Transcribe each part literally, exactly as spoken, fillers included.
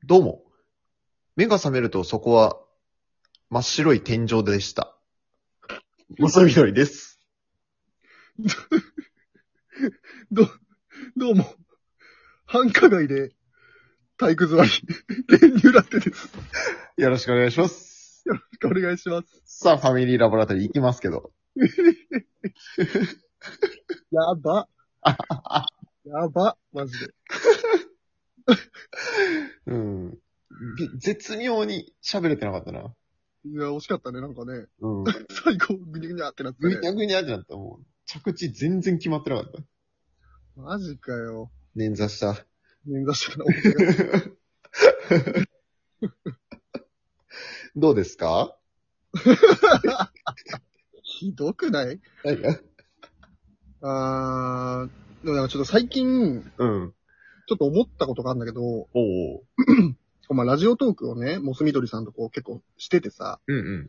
どうも。目が覚めるとそこは真っ白い天井でした。モスみどりです。 ど、どうも、繁華街で体育座り、練乳ラテです。 よろしくお願いします。 よろしくお願いします。 さあ、ファミリーラボラトリー行きますけど。 やば。やば、マジで。 うん。絶妙に喋れてなかったな。 いや、惜しかったね、なんかね。 うん。 最後、ぐにゃぐにゃってなってぐにゃね。 ぐにゃってなった。もう、着地全然決まってなかった。 マジかよ。 捻挫した。 捻挫したな、 どうですか？ ひどくない？ 何が？ あー、でもなんかちょっと最近、 うん。 ちょっと思ったことがあるんだけど、 おう。 まあ、ラジオトークをね、モスみどりさんとこう結構しててさ、 うんうん。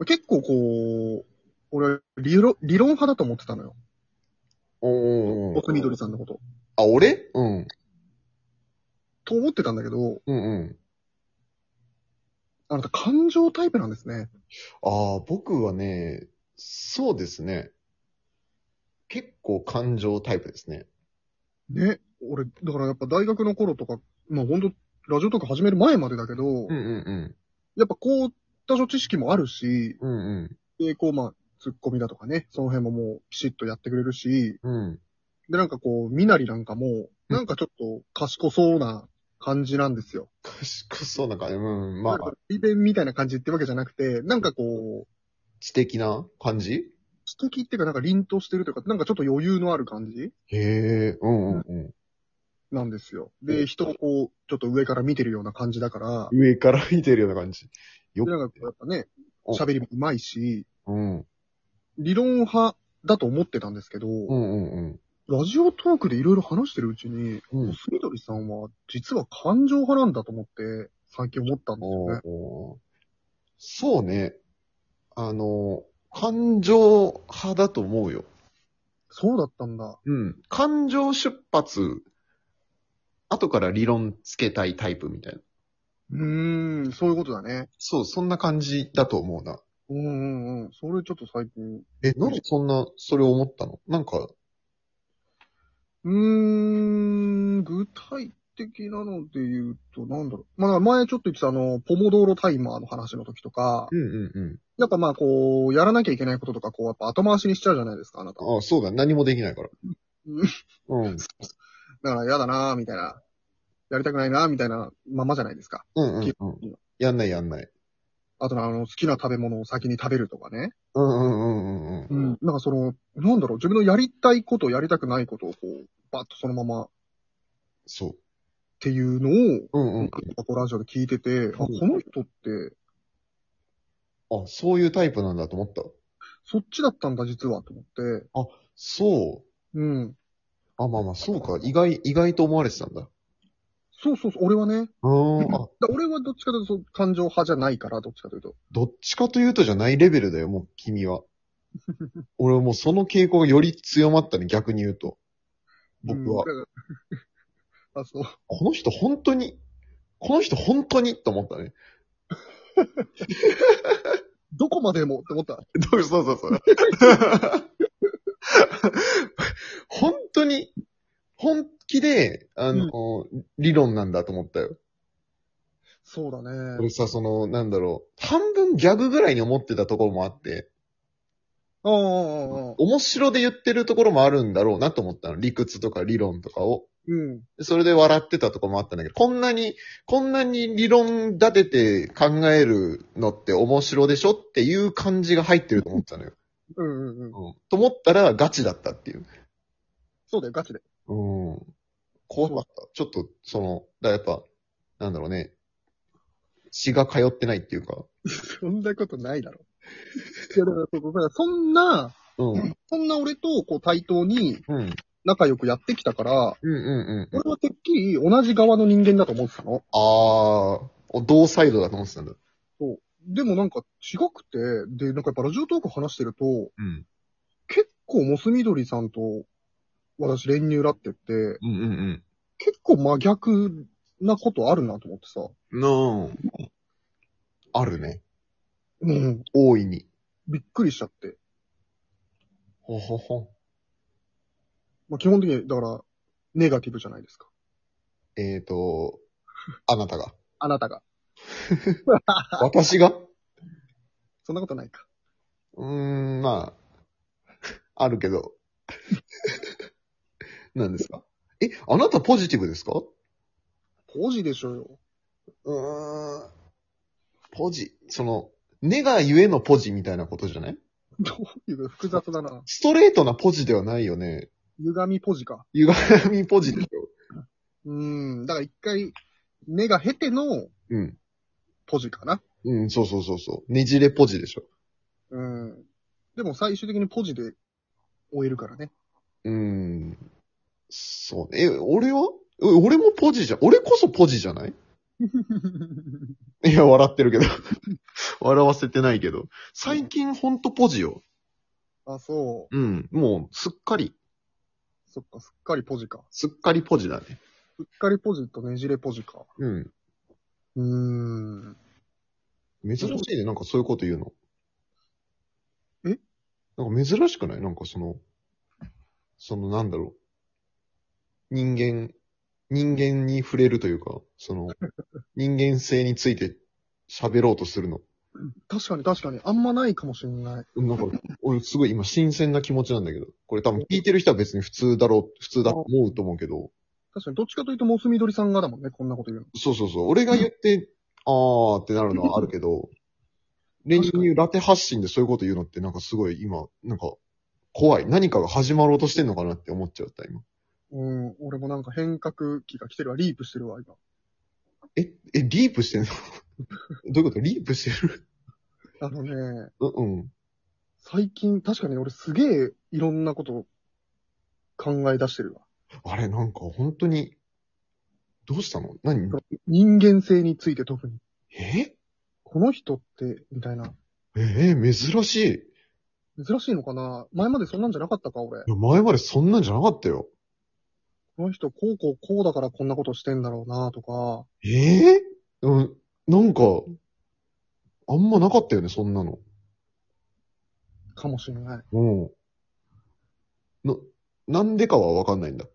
結構こう、俺理論、理論派だと思ってたのよ。 おう。 モスみどりさんのこと。 あ、俺？うん。 と思ってたんだけど、 うんうん。 あなた感情タイプなんですね。 ああ、僕はね、そうですね。結構感情タイプですね。 ね。俺、だからやっぱ大学の頃とか、まあほんと、ラジオとか始める前までだけど、 うんうんやっぱこういった知識もあるし、 うん。うんで、こうまあ、ツッコミだとかね、その辺ももうピシッとやってくれるし、 うん。うん。 で、なんかこう、みなりなんかも、 うん。 なんかちょっと賢そうな感じなんですよ。 賢そうな感じ。うん。まあ、 なんか、イベンみたいな感じってわけじゃなくて、なんかこう、 知的な感じ？ 知的っていうかなんか凛としてるというか、なんかちょっと余裕のある感じへえ、うんうんうん。 なんですよ。で、人をこう、ちょっと上から見てるような感じだから、 上から見てるような感じ。よで、 っ、 なんかやっぱね、喋りも上手いし、 うん。うん理論派だと思ってたんですけど、 うんうんラジオトークでいろいろ話してるうちに、 うん。 モスみどりさんは実は感情派なんだと思って、最近思ったんですよね。 おー、そうね。あの、感情派だと思うよ。 そうだったんだ。 うん。感情出発、後から理論つけたいタイプみたいな。 うーん、そういうことだね。 そう、そんな感じだと思うな。 うんうんうん。それちょっと最近。 え、なんでそんな、それを思ったの？なんか、 うーん、具体的なので言うと、なんだろう。まあ、前ちょっと言ってたあの、ポモドーロタイマーの話の時とか、 うんうんうん。 やっぱまあこう、やらなきゃいけないこととか、こう、やっぱ後回しにしちゃうじゃないですか、あなた。 ああ、そうだ、何もできないから。 うん。 うん。 だから嫌だなーみたいな。やりたくないなーみたいなままじゃないですか。 うんうん基うん。 本やんないやんない。 あとあの、好きな食べ物を先に食べるとかね。 うんうんうんうんうん。 うん。なんかその、なんだろう、自分のやりたいこと、やりたくないことをこう、バッとそのままっそう。 ていうのを、 うんうん。 こうラジオで聞いてて、あ、この人って、 あ、そういうタイプなんだと思った。 そっちだったんだ、実は、と思って。 あ、そうん。 う。あ、まあまあ、そうか。意外、意外と思われてたんだ。 そうそうそう、俺はね。 うーん、あ、 だ俺はどっちかというとそう、感情派じゃないから、どっちかというと。 どっちかというとじゃないレベルだよ、もう、君は。俺はもうその傾向がより強まったね、逆に言うと。僕うん。だは。 からあ、そう。 この人本当に、この人本当にと思ったね。 どこまでもって思った。 そうそうそうそう。本当に、本気で、あの、理論なんだと思ったよ。 そうだね。 俺さ、その、なんだろう、半分ギャグぐらいに思ってたところもあって、 ああ、ああ、ああ。 面白で言ってるところもあるんだろうなと思ったの。理屈とか理論とかを。 うん。 それで笑ってたところもあったんだけど、こんなに、こんなに理論立てて考えるのって面白でしょっていう感じが入ってると思ったのよ。 うんうんうん。 うん。と思ったらガチだったっていう。 そうだよ、ガチで。 うん。怖かった。ちょっと、その、だからやっぱ、なんだろうね。血が通ってないっていうか。 そんなことないだろ。いや、だから、そうだからそんな、 うん。 そんな俺と、こう、対等にうん。 仲良くやってきたから、 うんうんうんうん。 俺はてっきり同じ側の人間だと思ってたの。 あー、同サイドだと思ってたんだ。 そう。でもなんか違くて、で、なんかやっぱラジオトーク話してると、 うん。 結構モスみどりさんと私練乳ラってって、 うんうんうん。 結構真逆なことあるなと思ってさ。 の、あるね。 うん。 大いに。 びっくりしちゃって。 ほほほ。 まあ、基本的に、だから、ネガティブじゃないですか。 えーと、あなたが。 あなたが。 私がそんなことないか。 うーん、まあ、あるけど。何ですか？え、あなたポジティブですか？ ポジでしょよ。 うーん、ポジ、その、ネがゆえのポジみたいなことじゃない？ どういう複雑だな。 ストレートなポジではないよね。 歪みポジか。 歪みポジでしょ。 うーん。だから一回、ネが経てのうん。 ポジかな。 うん、そうそうそうそう。ねじれポジでしょ。 うん。でも最終的にポジで終えるからね。 うーん。そうね。え、俺はえ俺もポジじゃ、俺こそポジじゃない？いや、笑ってるけど。笑わせてないけど。最近ほんとポジよ。 あ、そう。 うん。もう、すっかり、 そっか、すっかりポジか。 すっかりポジだね。 すっかりポジとねじれポジか。 うん。 うーん。 珍しいね。なんかそういうこと言うの。 えなんか珍しくない？なんかその、そのなんだろう。人間、人間に触れるというか、その、人間性について喋ろうとするの。 確かに確かに。あんまないかもしれない。 なんか、俺すごい今新鮮な気持ちなんだけど。これ多分聞いてる人は別に普通だろう、普通だと思うと思うけど。 確かに、どっちかというとモスみどりさんがだもんね、こんなこと言うの。 そうそうそう。俺が言って、あーってなるのはあるけど、練乳ラテ発信でそういうこと言うのってなんかすごい今、なんか怖い。何かが始まろうとしてんのかなって思っちゃった今。 うん、俺もなんか変革期が来てるわ、リープしてるわ、今。 え、え、リープしてんの？どういうこと？リープしてる？ あのね、 う、うん。 最近、確かに俺すげえいろんなこと考え出してるわ。 あれ、なんか本当に、どうしたの？何？ 人間性について特に。 えこの人って、みたいな。 えー、珍しい。い珍しいのかな？前までそんなんじゃなかったか、俺。 や、前までそんなんじゃなかったよ。 この人、こうこうこうだからこんなことしてんだろうな、とか。 ええうん、なんか、あんまなかったよね、そんなの。 かもしれない。 うん。な、なんでかはわかんないんだ。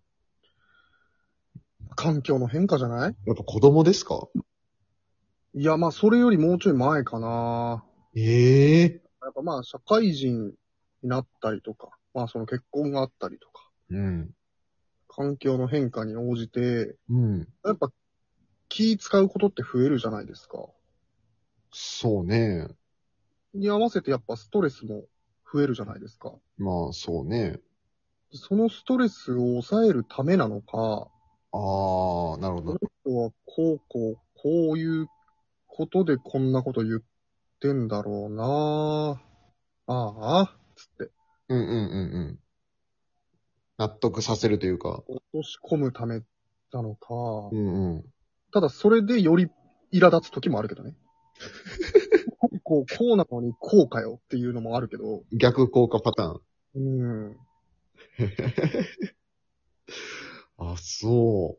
環境の変化じゃない？ やっぱ子供ですか？ いや、まあ、それよりもうちょい前かな。 ええやっぱまあ、社会人になったりとか、まあ、その結婚があったりとか、 うん。 環境の変化に応じて、 うん。 やっぱ気使うことって増えるじゃないですか。 そうね。 に合わせてやっぱストレスも増えるじゃないですか。 まあ、そうね。 そのストレスを抑えるためなのか、 ああ、なるほど。 この人はこうこう、こういうことでこんなこと言ってんだろうなああ、つってうんうんうんうん。納得させるというか。 落とし込むためなのか、 うんうん。 ただそれでより苛立つ時もあるけどね。こう、こうなのにこうかよっていうのもあるけど、 逆効果パターン。 うん。 あ、そう。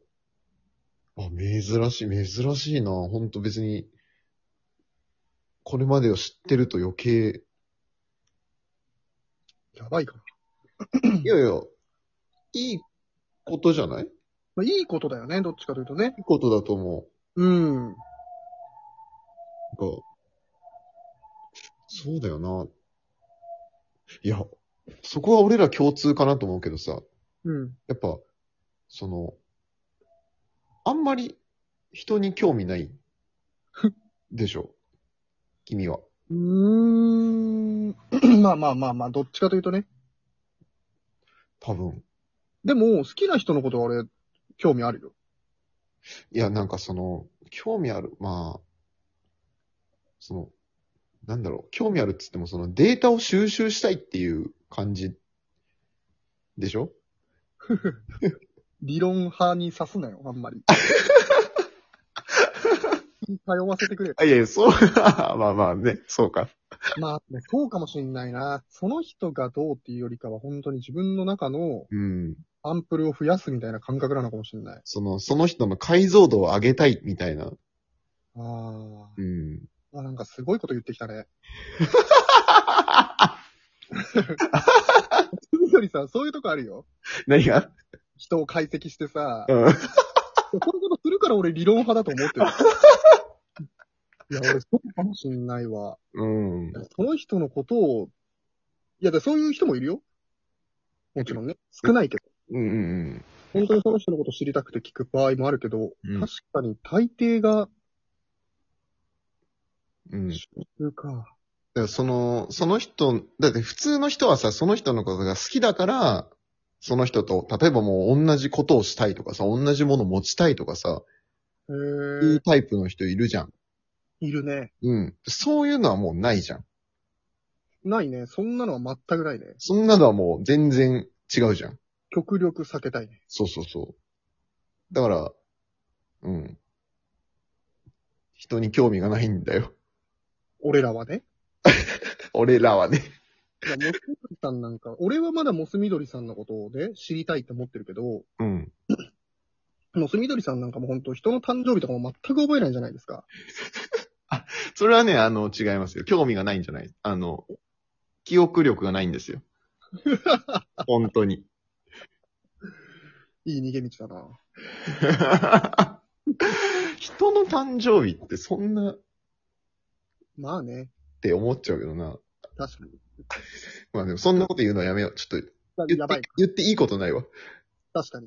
あ、珍しい、珍しいな。ほんと別に、これまでを知ってると余計、 やばいかな。 いやいや、いいことじゃない？いまあ、いいことだよね、どっちかというとね。 いことだと思うん。 う。なんか、そうだよな。いや、そこは俺ら共通かなと思うけどさ、 うん。 やっぱ、その、あんまり人に興味ないでしょ？君は。 うーん。まあまあまあまあ、どっちかというとね。 多分。 でも、好きな人のことは俺、興味あるよ。 いや、なんかその、興味ある。まあ、その、なんだろう。興味あるっつっても、そのデータを収集したいっていう感じでしょ？ 理論派に刺すなよ、あんまり。通わせてくれよ。 あ、いやいや、そう、まあまあね、そうか。 まあ、ね、そうかもしんないな。その人がどうっていうよりかは、本当に自分の中の、 うん。 サンプルを増やすみたいな感覚なのかもしれない。 その、その人の解像度を上げたいみたいな。 ああ。 うん。 あ、なんかすごいこと言ってきたね。みどりさん、そういうとこあるよ。 何が？ 人を解析してさ、 うん。 こういうことするから俺理論派だと思ってる。いや、俺そうかもしんないわ。 うん。 その人のことを、いや、でそういう人もいるよ。もちろんね。少ないけど。 うんうん本当にその人のこと知りたくて聞く場合もあるけど、 うん。 確かに大抵が、 うん。 主流か。 だからその、その人、だって普通の人はさ、その人のことが好きだから、その人と、例えばもう同じことをしたいとかさ、同じもの持ちたいとかさ、 へいうえ、 タイプの人いるじゃん。 いるね。 うん。そういうのはもうないじゃん。 ないね。そんなのは全くないね。 そんなのはもう全然違うじゃん。 極力避けたいね。 そうそうそう。だから、うん。人に興味がないんだよ。 俺らはね。 俺らはね。 いや、モスみどりさんなんか、俺はまだモスみどりさんのことをね、知りたいって思ってるけど、 うん。 モスみどりさんなんかも本当人の誕生日とかも全く覚えないじゃないですか。 それはね、あの、違いますよ。興味がないんじゃない。あの、記憶力がないんですよ。本当に。 いい逃げ道だな。 人の誕生日ってそんなっまあね。 て思っちゃうけどな。 確かに。 まあでもそんなこと言うのはやめよう。ちょっと言ってやばい。、 言っていいことないわ。 確かに。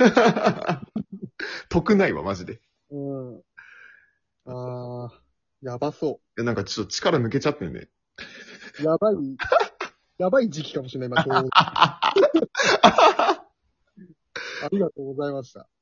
得ないわ、マジで。 うん。ああ、やばそえなんかちょっと力抜けちゃってんね。 う。やばい、やばい時期かもしれない、今、ちょうど。ありがとうございました。